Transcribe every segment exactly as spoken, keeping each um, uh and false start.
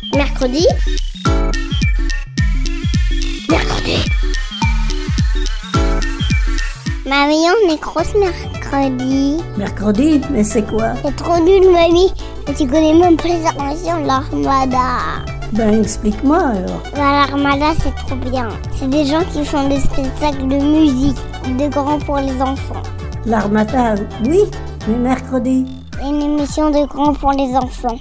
Mercredi. Mercredi. Mamie, on est grosse mercredi. Mercredi? Mais c'est quoi? C'est trop nul, mamie. Et tu connais même pas les armations de l'Armada. Ben, explique-moi alors. Bah, l'Armada, c'est trop bien. C'est des gens qui font des spectacles de musique, de grands pour les enfants. L'Armada, oui, mais mercredi? C'est une émission de grands pour les enfants.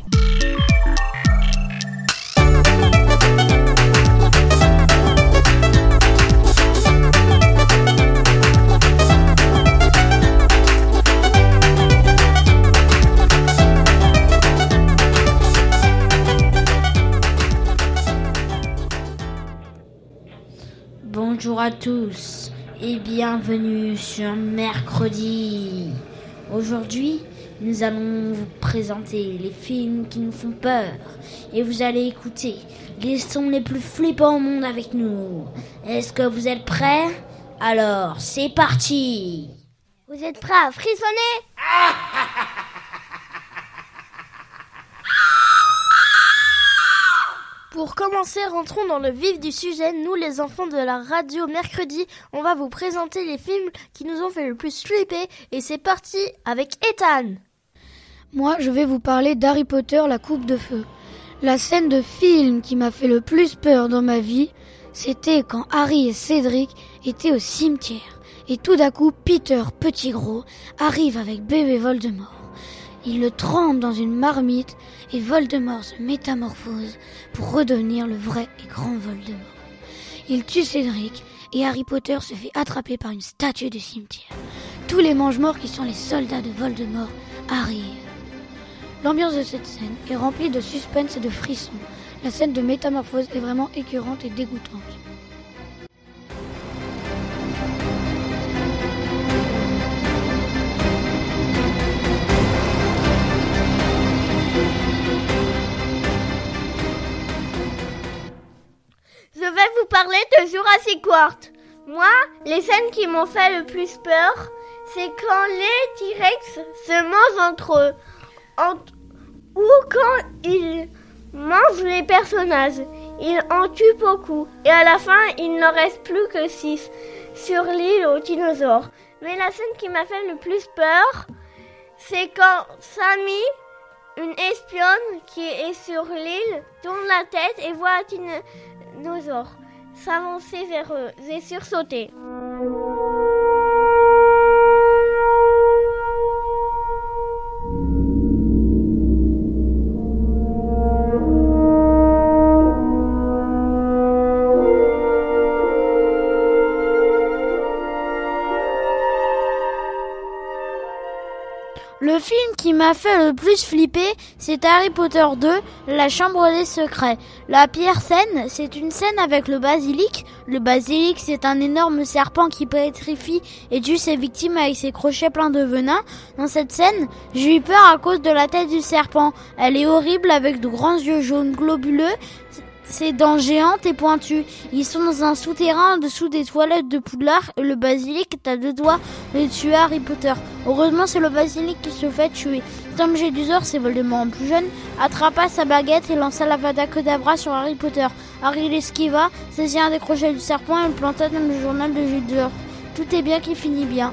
Bonjour à tous et bienvenue sur Mercredi. Aujourd'hui, nous allons vous présenter les films qui nous font peur et vous allez écouter les sons les plus flippants au monde avec nous. Est-ce que vous êtes prêts? Alors, c'est parti! Vous êtes prêts à frissonner? Pour commencer, rentrons dans le vif du sujet. Nous, les enfants de la radio Mercredi, on va vous présenter les films qui nous ont fait le plus flipper. Et c'est parti avec Ethan. Moi, je vais vous parler d'Harry Potter, la coupe de feu. La scène de film qui m'a fait le plus peur dans ma vie, c'était quand Harry et Cédric étaient au cimetière. Et tout d'un coup, Peter, petit gros, arrive avec bébé Voldemort. Il le trempe dans une marmite et Voldemort se métamorphose pour redevenir le vrai et grand Voldemort. Il tue Cédric et Harry Potter se fait attraper par une statue du cimetière. Tous les mange-morts qui sont les soldats de Voldemort arrivent. L'ambiance de cette scène est remplie de suspense et de frissons. La scène de métamorphose est vraiment écœurante et dégoûtante. Je vais vous parler de Jurassic World. Moi, les scènes qui m'ont fait le plus peur, c'est quand les T-Rex se mangent entre eux. Entre... Ou quand ils mangent les personnages. Ils en tuent beaucoup. Et à la fin, il n'en reste plus que six sur l'île aux dinosaures. Mais la scène qui m'a fait le plus peur, c'est quand Sammy, une espionne qui est sur l'île, tourne la tête et voit un dinosaure s'avancer vers eux et sursauter. Le film qui m'a fait le plus flipper, c'est Harry Potter deux, La Chambre des Secrets. La pire scène, c'est une scène avec le basilic. Le basilic, c'est un énorme serpent qui pétrifie et tue ses victimes avec ses crochets pleins de venin. Dans cette scène, j'ai eu peur à cause de la tête du serpent. Elle est horrible avec de grands yeux jaunes globuleux. Ses dents géantes et pointues. Ils sont dans un souterrain en dessous des toilettes de Poudlard et le basilic est à deux doigts de tuer Harry Potter. Heureusement, c'est le basilic qui se fait tuer. Tom Jedusor, c'est Voldemort en plus jeune, attrapa sa baguette et lança l'Avada Kedavra sur Harry Potter. Harry l'esquiva, saisit un des crochets du serpent et le planta dans le journal de Jedusor. Tout est bien qui finit bien.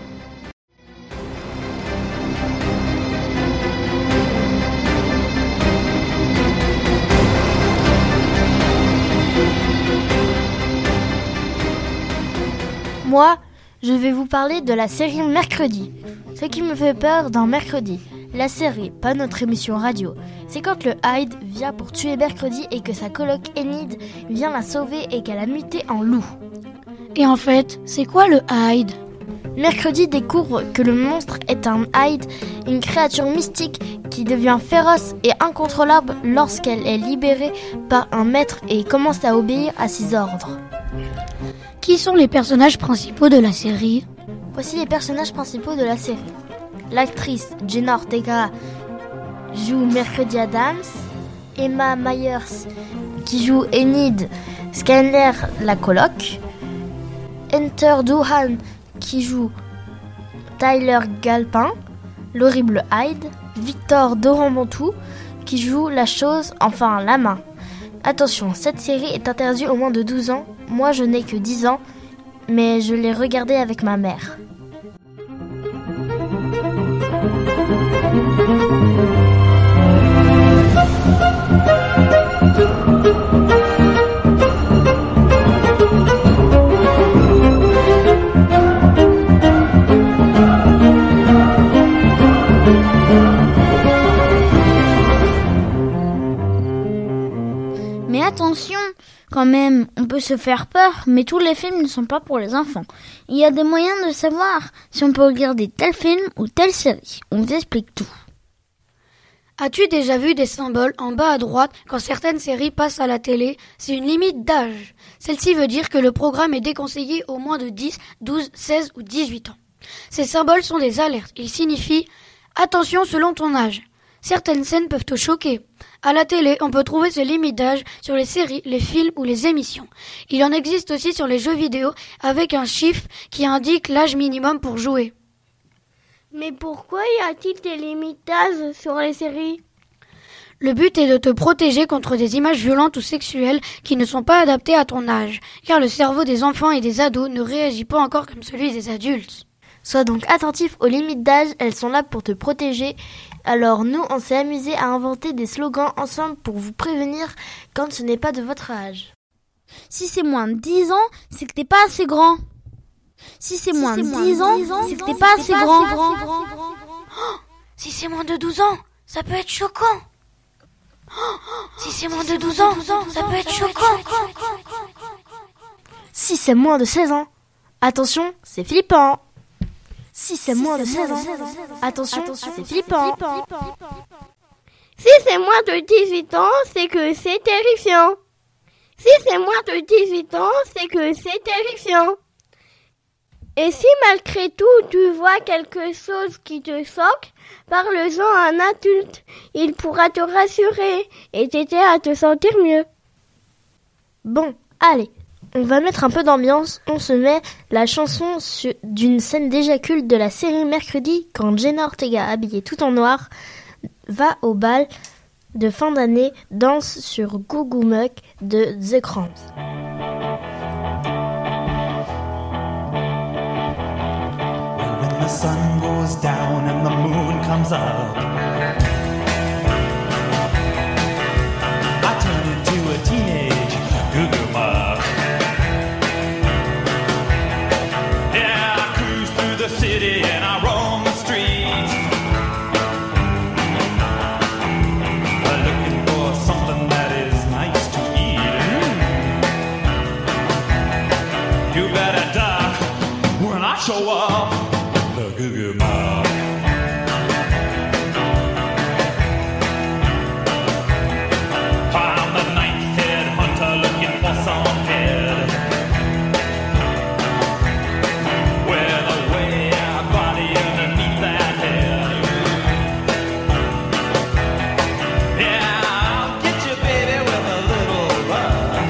Moi, je vais vous parler de la série Mercredi. Ce qui me fait peur dans Mercredi, la série, pas notre émission radio, c'est quand le Hyde vient pour tuer Mercredi et que sa coloc Enid vient la sauver et qu'elle a muté en loup. Et en fait, c'est quoi le Hyde? Mercredi découvre que le monstre est un Hyde, une créature mystique qui devient féroce et incontrôlable lorsqu'elle est libérée par un maître et commence à obéir à ses ordres. Qui sont les personnages principaux de la série? Voici les personnages principaux de la série. L'actrice Jenna Ortega joue Mercredi Adams, Emma Myers qui joue Enid Scanner la coloc, Enter Doohan qui joue Tyler Galpin, l'horrible Hyde, Victor Dorambantou qui joue la chose, enfin la main. Attention, cette série est interdite aux moins de douze ans. Moi, je n'ai que dix ans, mais je l'ai regardée avec ma mère. Mais attention, quand même, on peut se faire peur, mais tous les films ne sont pas pour les enfants. Il y a des moyens de savoir si on peut regarder tel film ou telle série. On vous explique tout. As-tu déjà vu des symboles en bas à droite quand certaines séries passent à la télé? C'est une limite d'âge. Celle-ci veut dire que le programme est déconseillé aux moins de dix, douze, seize ou dix-huit ans. Ces symboles sont des alertes. Ils signifient « Attention selon ton âge ». Certaines scènes peuvent te choquer. À la télé, on peut trouver ce limite d'âge sur les séries, les films ou les émissions. Il en existe aussi sur les jeux vidéo avec un chiffre qui indique l'âge minimum pour jouer. Mais pourquoi y a-t-il des limites d'âge sur les séries? Le but est de te protéger contre des images violentes ou sexuelles qui ne sont pas adaptées à ton âge, car le cerveau des enfants et des ados ne réagit pas encore comme celui des adultes. Sois donc attentif aux limites d'âge, elles sont là pour te protéger. Alors nous, on s'est amusé à inventer des slogans ensemble pour vous prévenir quand ce n'est pas de votre âge. Si c'est moins de dix ans, c'est que t'es pas assez grand. Si c'est si moins de dix ans, c'est que t'es pas assez grand. Oh, si c'est moins de douze ans, ça peut être choquant. Oh, si c'est moins de douze ans, ça peut être choquant. Si c'est moins de seize ans, attention, c'est flippant. Si c'est moins de seize ans, attention, c'est flippant. Si c'est moins de dix-huit ans, c'est que c'est terrifiant. Si c'est moins de dix-huit ans, c'est que c'est terrifiant. Et si malgré tout tu vois quelque chose qui te choque, parle-en à un adulte. Il pourra te rassurer et t'aider à te sentir mieux. Bon, allez, on va mettre un peu d'ambiance. On se met la chanson sur, d'une scène déjà culte de la série Mercredi, quand Jenna Ortega, habillée tout en noir, va au bal de fin d'année, danse sur Goo Goo Muck de The Cramps. The sun goes down and the moon comes up, I turn into a teenage Goo Goo Muck. Yeah, I cruise through the city and I roam the streets, looking for something that is nice to eat. Mm. You better duck when I show up. Goo Goo Muck. I'm the ninth-head hunter looking for some head with a way-out body underneath that head. Yeah, I'll get you, baby, with a little love,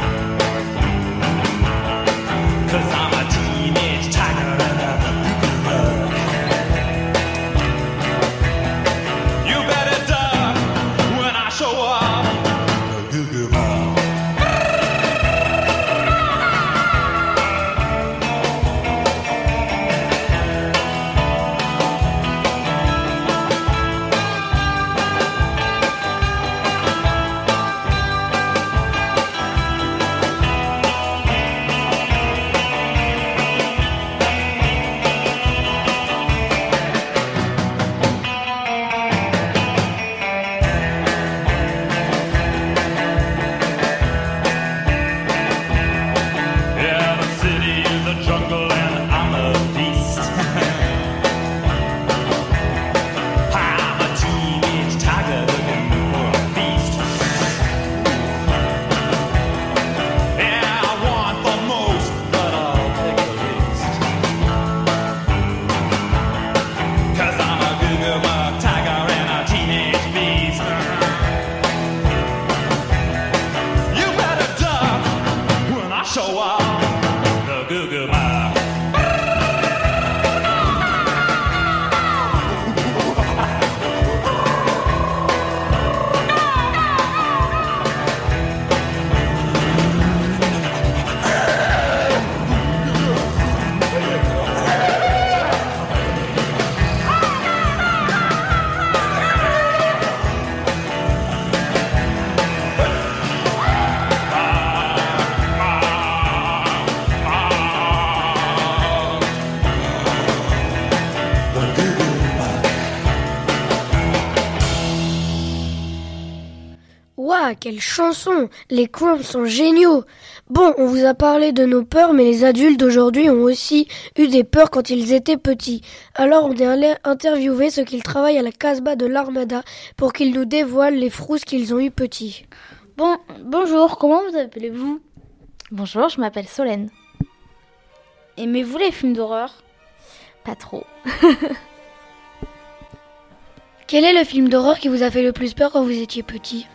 'cause I'm a teenage tiger and a là, quelle chanson! Les Cramps sont géniaux! Bon, on vous a parlé de nos peurs, mais les adultes d'aujourd'hui ont aussi eu des peurs quand ils étaient petits. Alors on est allé interviewer ceux qui travaillent à la Casbah de l'Armada pour qu'ils nous dévoilent les frousses qu'ils ont eu petits. Bon, bonjour, comment vous appelez-vous? Bonjour, je m'appelle Solène. Aimez-vous les films d'horreur? Pas trop. Quel est le film d'horreur qui vous a fait le plus peur quand vous étiez petit?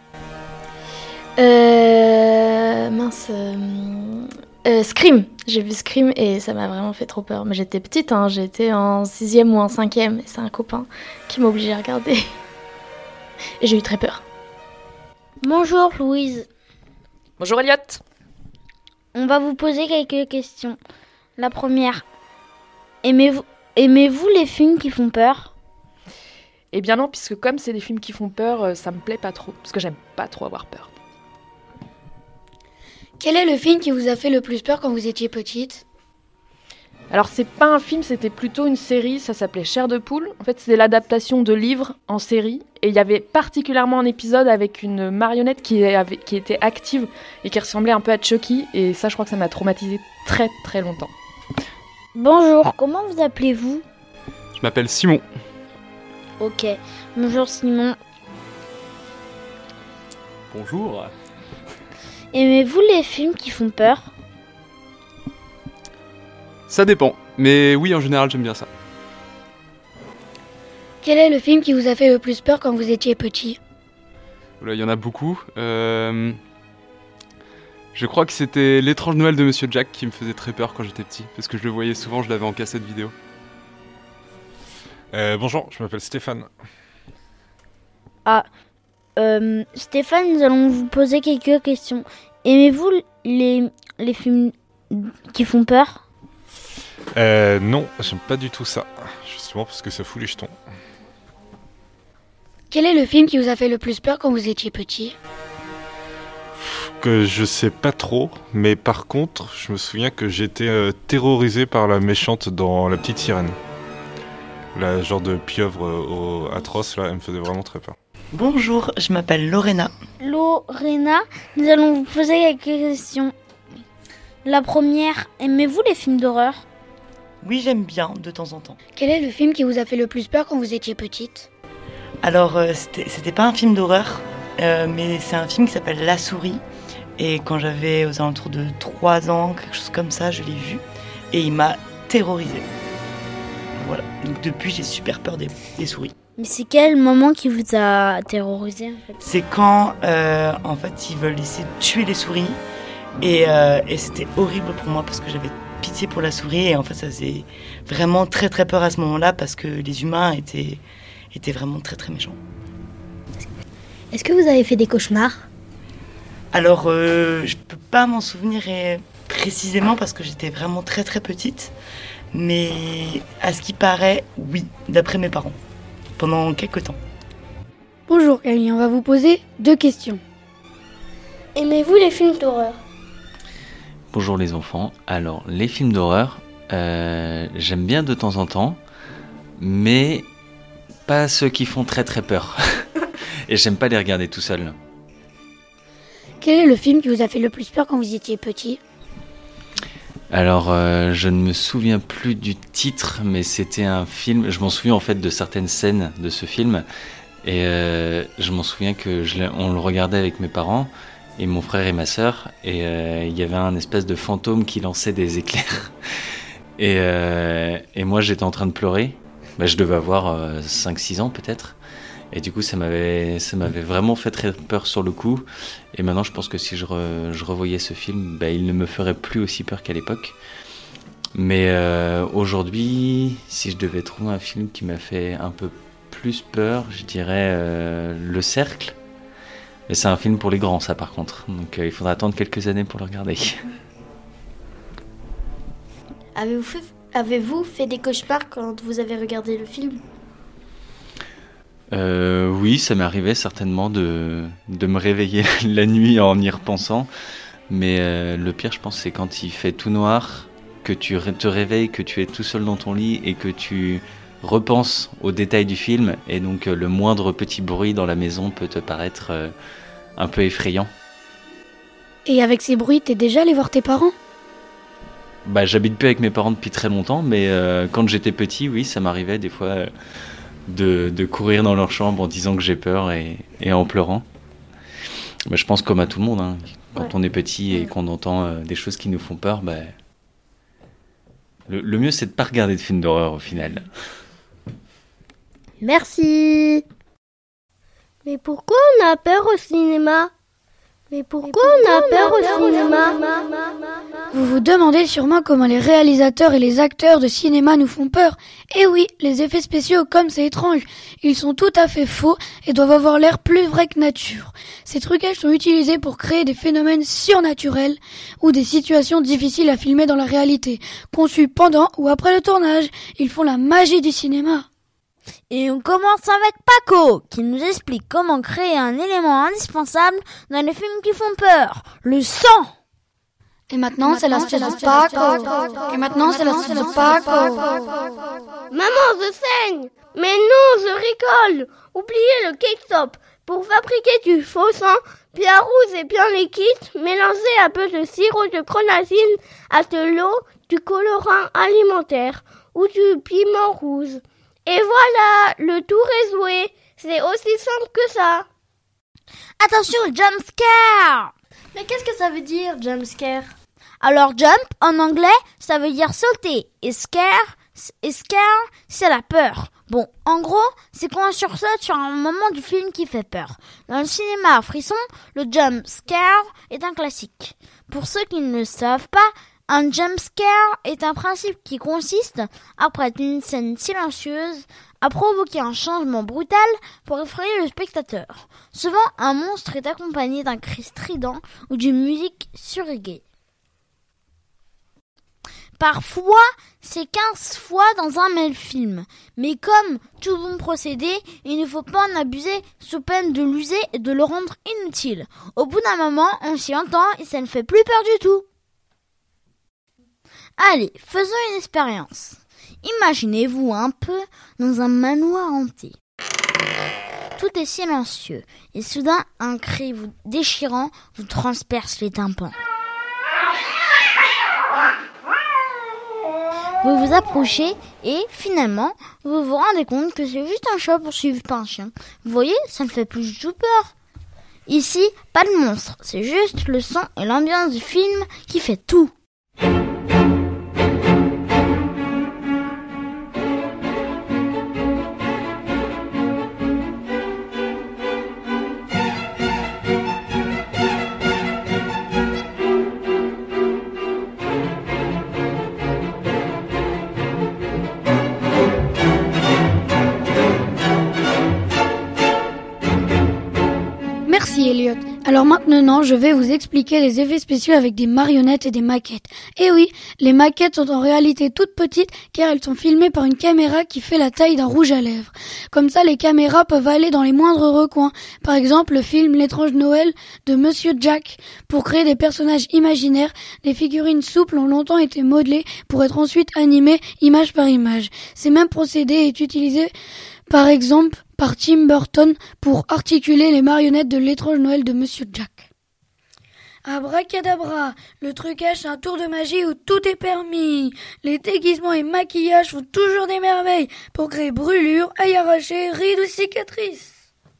Euh... Mince... Euh... Euh, Scream. J'ai vu Scream et ça m'a vraiment fait trop peur. Mais j'étais petite, hein. J'étais en sixième ou en cinquième. Et c'est un copain qui m'a obligée à regarder. Et j'ai eu très peur. Bonjour Louise. Bonjour Elliot. On va vous poser quelques questions. La première, aimez-vous, aimez-vous les films qui font peur? Eh bien non, puisque comme c'est des films qui font peur, ça me plaît pas trop. Parce que j'aime pas trop avoir peur. Quel est le film qui vous a fait le plus peur quand vous étiez petite? Alors c'est pas un film, c'était plutôt une série, ça s'appelait Chair de poule. En fait c'était l'adaptation de livres en série. Et il y avait particulièrement un épisode avec une marionnette qui, avait, qui était active et qui ressemblait un peu à Chucky. Et ça je crois que ça m'a traumatisée très très longtemps. Bonjour, comment vous appelez-vous? Je m'appelle Simon. Ok, bonjour Simon. Bonjour. Aimez-vous les films qui font peur? Ça dépend, mais oui, en général, j'aime bien ça. Quel est le film qui vous a fait le plus peur quand vous étiez petit? Il y en a beaucoup. Euh... Je crois que c'était L'étrange Noël de Monsieur Jack qui me faisait très peur quand j'étais petit, parce que je le voyais souvent, je l'avais en cassette vidéo. Euh, bonjour, je m'appelle Stéphane. Ah, euh, Stéphane, nous allons vous poser quelques questions. Aimez-vous les, les films qui font peur? Euh, non, j'aime pas du tout ça. Justement parce que ça fout les jetons. Quel est le film qui vous a fait le plus peur quand vous étiez petit? Que je sais pas trop, mais par contre, je me souviens que j'étais euh, terrorisé par la méchante dans La Petite Sirène. La genre de pieuvre euh, atroce, là, elle me faisait vraiment très peur. Bonjour, je m'appelle Lorena. Lorena, nous allons vous poser quelques questions. La première, aimez-vous les films d'horreur? Oui, j'aime bien, de temps en temps. Quel est le film qui vous a fait le plus peur quand vous étiez petite? Alors, euh, c'était, c'était pas un film d'horreur, euh, mais c'est un film qui s'appelle La Souris. Et quand j'avais aux alentours de trois ans, quelque chose comme ça, je l'ai vu. Et il m'a terrorisée. Voilà. Donc depuis, j'ai super peur des, des souris. Mais c'est quel moment qui vous a terrorisé en fait? C'est quand, euh, en fait, ils veulent essayer de tuer les souris. Et, euh, et c'était horrible pour moi parce que j'avais pitié pour la souris. Et en fait, ça faisait vraiment très très peur à ce moment-là parce que les humains étaient, étaient vraiment très très méchants. Est-ce que vous avez fait des cauchemars? Alors, euh, je peux pas m'en souvenir et précisément parce que j'étais vraiment très très petite. Mais à ce qui paraît, oui, d'après mes parents, pendant quelques temps. Bonjour Camille, on va vous poser deux questions. Aimez-vous les films d'horreur? Bonjour les enfants. Alors, les films d'horreur, euh, j'aime bien de temps en temps, mais pas ceux qui font très très peur. Et j'aime pas les regarder tout seul. Quel est le film qui vous a fait le plus peur quand vous étiez petit? Alors, euh, je ne me souviens plus du titre, mais c'était un film. Je m'en souviens en fait de certaines scènes de ce film. Et euh, je m'en souviens que je on le regardait avec mes parents, et mon frère et ma sœur. Et euh, il y avait un espèce de fantôme qui lançait des éclairs. Et, euh, et moi, j'étais en train de pleurer. Bah, je devais avoir euh, cinq six ans peut-être. Et du coup, ça m'avait, ça m'avait vraiment fait très peur sur le coup. Et maintenant, je pense que si je, re, je revoyais ce film, bah, il ne me ferait plus aussi peur qu'à l'époque. Mais euh, aujourd'hui, si je devais trouver un film qui m'a fait un peu plus peur, je dirais euh, Le Cercle. Mais c'est un film pour les grands, ça, par contre. Donc, euh, il faudra attendre quelques années pour le regarder. Avez-vous fait, avez-vous fait des cauchemars quand vous avez regardé le film ? Euh, oui, ça m'est arrivé certainement de, de me réveiller la nuit en y repensant. Mais euh, le pire, je pense, c'est quand il fait tout noir, que tu te réveilles, que tu es tout seul dans ton lit et que tu repenses aux détails du film. Et donc, euh, le moindre petit bruit dans la maison peut te paraître euh, un peu effrayant. Et avec ces bruits, t'es déjà allé voir tes parents ? Bah, j'habite plus avec mes parents depuis très longtemps, mais euh, quand j'étais petit, oui, ça m'arrivait des fois euh, de, de courir dans leur chambre en disant que j'ai peur et, et en pleurant. Bah, je pense comme à tout le monde, hein. Quand ouais. on est petit et qu'on entend euh, des choses qui nous font peur, bah, le, le mieux c'est de pas regarder de films d'horreur au final. Merci. Mais pourquoi on a peur au cinéma ? Mais pourquoi, Mais pourquoi on a peur, on a peur au cinéma, cinéma Vous vous demandez sûrement comment les réalisateurs et les acteurs de cinéma nous font peur. Eh oui, les effets spéciaux, comme c'est étrange, ils sont tout à fait faux et doivent avoir l'air plus vrai que nature. Ces trucages sont utilisés pour créer des phénomènes surnaturels ou des situations difficiles à filmer dans la réalité, conçus pendant ou après le tournage. Ils font la magie du cinéma. Et on commence avec Paco, qui nous explique comment créer un élément indispensable dans les films qui font peur, le sang. Et maintenant, c'est l'astuce de Paco. Et maintenant, c'est l'astuce de Paco. Maman, je saigne. Mais non, je rigole. Oubliez le ketchup. Pour fabriquer du faux sang, bien rouge et bien liquide, mélangez un peu de sirop de grenadine à de l'eau, du colorant alimentaire ou du piment rouge. Et voilà, le tour est joué. C'est aussi simple que ça. Attention, jump scare. Mais qu'est-ce que ça veut dire, jump scare ? Alors jump, en anglais, ça veut dire sauter. Et scare, et scare, c'est la peur. Bon, en gros, c'est quand on sursaute sur un moment du film qui fait peur. Dans le cinéma à frisson, le jump scare est un classique. Pour ceux qui ne le savent pas, un jump scare est un principe qui consiste, après une scène silencieuse, à provoquer un changement brutal pour effrayer le spectateur. Souvent, un monstre est accompagné d'un cri strident ou d'une musique surréguée. Parfois, c'est quinze fois dans un même film. Mais comme tout bon procédé, il ne faut pas en abuser sous peine de l'user et de le rendre inutile. Au bout d'un moment, on s'y entend et ça ne fait plus peur du tout. Allez, faisons une expérience. Imaginez-vous un peu dans un manoir hanté. Tout est silencieux et soudain un cri vous déchirant vous transperce les tympans. Vous vous approchez et finalement vous vous rendez compte que c'est juste un chat poursuivi par un chien. Vous voyez, ça ne fait plus du tout peur. Ici, pas de monstre, c'est juste le son et l'ambiance du film qui fait tout. Merci Elliot. Alors maintenant, je vais vous expliquer les effets spéciaux avec des marionnettes et des maquettes. Et oui, les maquettes sont en réalité toutes petites car elles sont filmées par une caméra qui fait la taille d'un rouge à lèvres. Comme ça, les caméras peuvent aller dans les moindres recoins. Par exemple, le film L'étrange Noël de Monsieur Jack. Pour créer des personnages imaginaires, les figurines souples ont longtemps été modelées pour être ensuite animées image par image. Ces mêmes procédés est utilisé par exemple par Tim Burton pour articuler les marionnettes de L'étrange Noël de Monsieur Jack. Abracadabra, le trucage c'est un tour de magie où tout est permis. Les déguisements et maquillages font toujours des merveilles pour créer brûlures, ailles arrachées, rides ou cicatrices.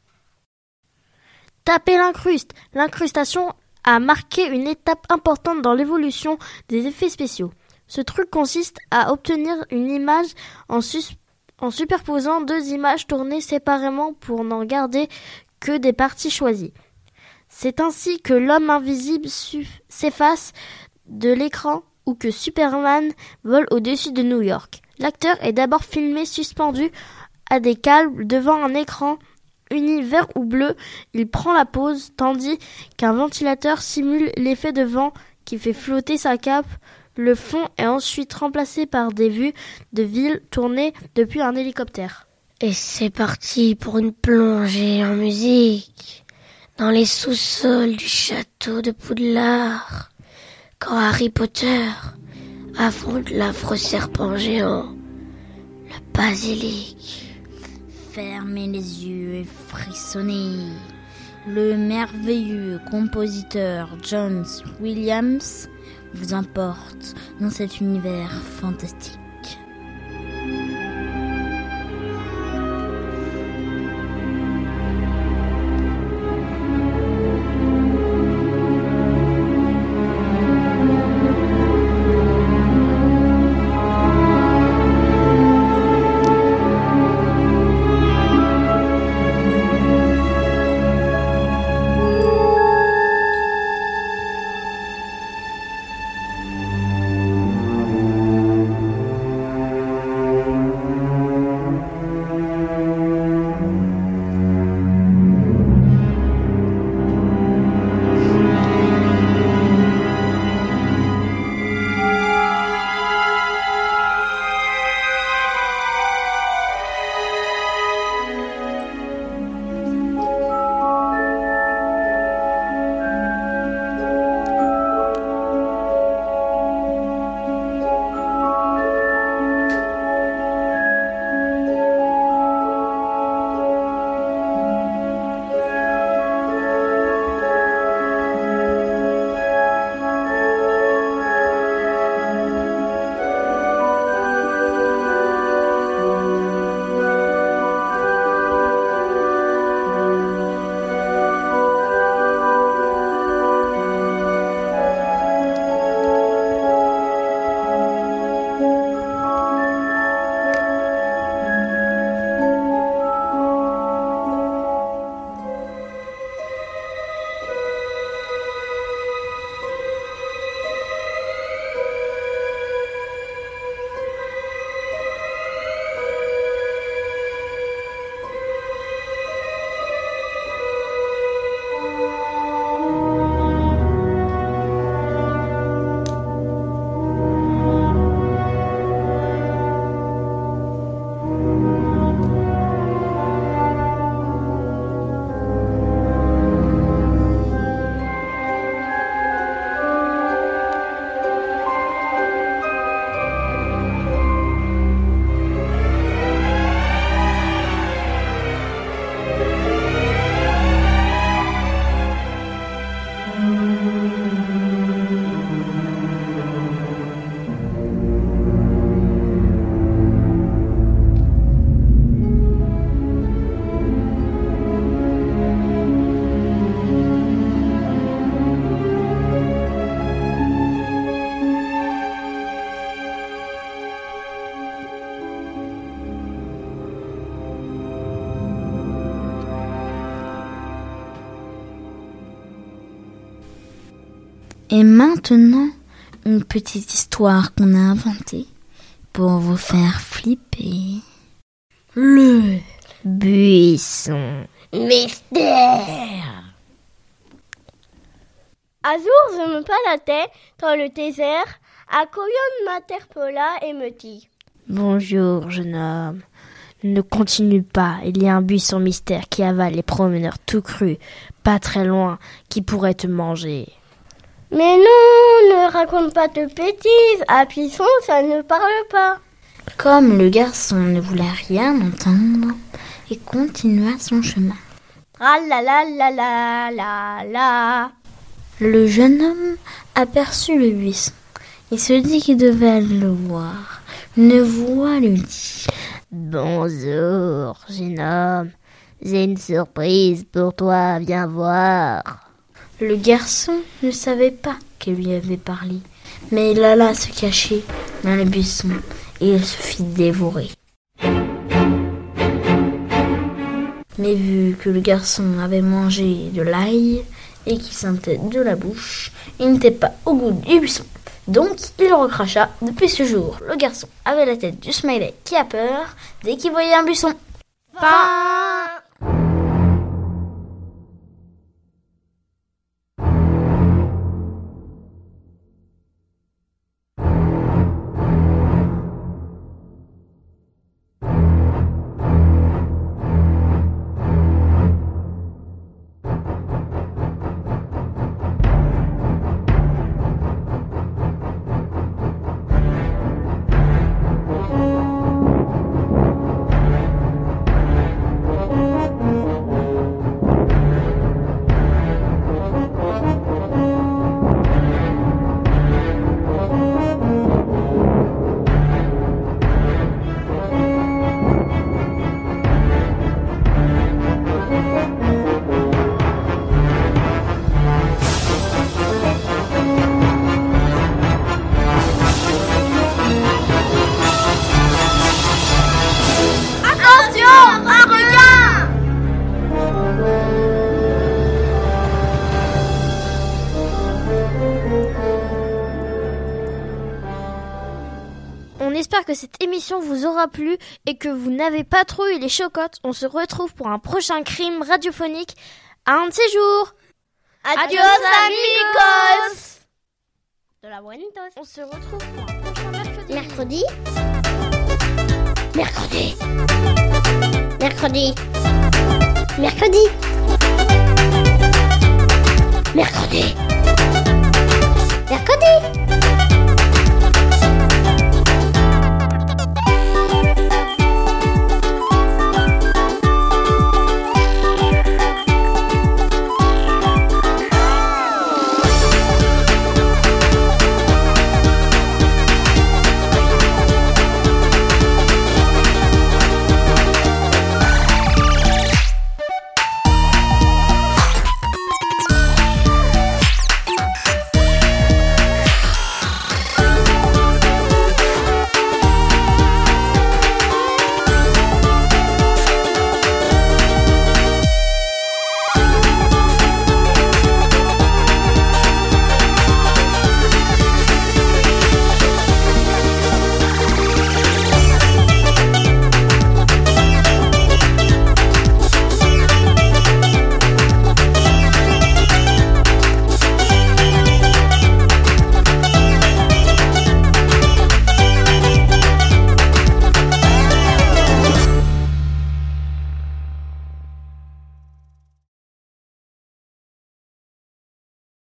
Taper l'incruste. L'incrustation a marqué une étape importante dans l'évolution des effets spéciaux. Ce truc consiste à obtenir une image en suspens en superposant deux images tournées séparément pour n'en garder que des parties choisies. C'est ainsi que l'homme invisible s'efface de l'écran ou que Superman vole au-dessus de New York. L'acteur est d'abord filmé suspendu à des câbles devant un écran uni vert ou bleu. Il prend la pose tandis qu'un ventilateur simule l'effet de vent qui fait flotter sa cape. Le fond est ensuite remplacé par des vues de ville tournées depuis un hélicoptère. Et c'est parti pour une plongée en musique dans les sous-sols du château de Poudlard, quand Harry Potter affronte l'affreux serpent géant, le basilic. Fermez les yeux et frissonnez. le merveilleux compositeur John Williams vous emporte dans cet univers fantastique. Et maintenant, une petite histoire qu'on a inventée pour vous faire flipper. Le buisson mystère. Un jour, je me baladais dans le désert. Un coyote m'interpella et me dit: Bonjour, jeune homme. Ne continue pas, il y a un buisson mystère qui avale les promeneurs tout crus, pas très loin, qui pourrait te manger. Mais non, ne raconte pas de bêtises, un buisson, ça ne parle pas. Comme le garçon ne voulait rien entendre, il continua son chemin. Tra la la la la la la. Le jeune homme aperçut le buisson. Il se dit qu'il devait aller le voir. Une voix lui dit: Bonjour, jeune homme. J'ai une surprise pour toi, viens voir. Le garçon ne savait pas qu'elle lui avait parlé, mais il alla se cacher dans le buisson et il se fit dévorer. Mais vu que le garçon avait mangé de l'ail et qu'il sentait de la bouche, il n'était pas au goût du buisson. Donc il le recracha. Depuis ce jour, le garçon avait la tête du smiley qui a peur dès qu'il voyait un buisson. Fin. On espère que cette émission vous aura plu et que vous n'avez pas trop eu les chocottes. On se retrouve pour un prochain crime radiophonique à un de ces jours. Adios amigos. De la buenitos. On se retrouve pour un prochain mercredi. Mercredi. Mercredi. Mercredi. Mercredi. Mercredi. Mercredi.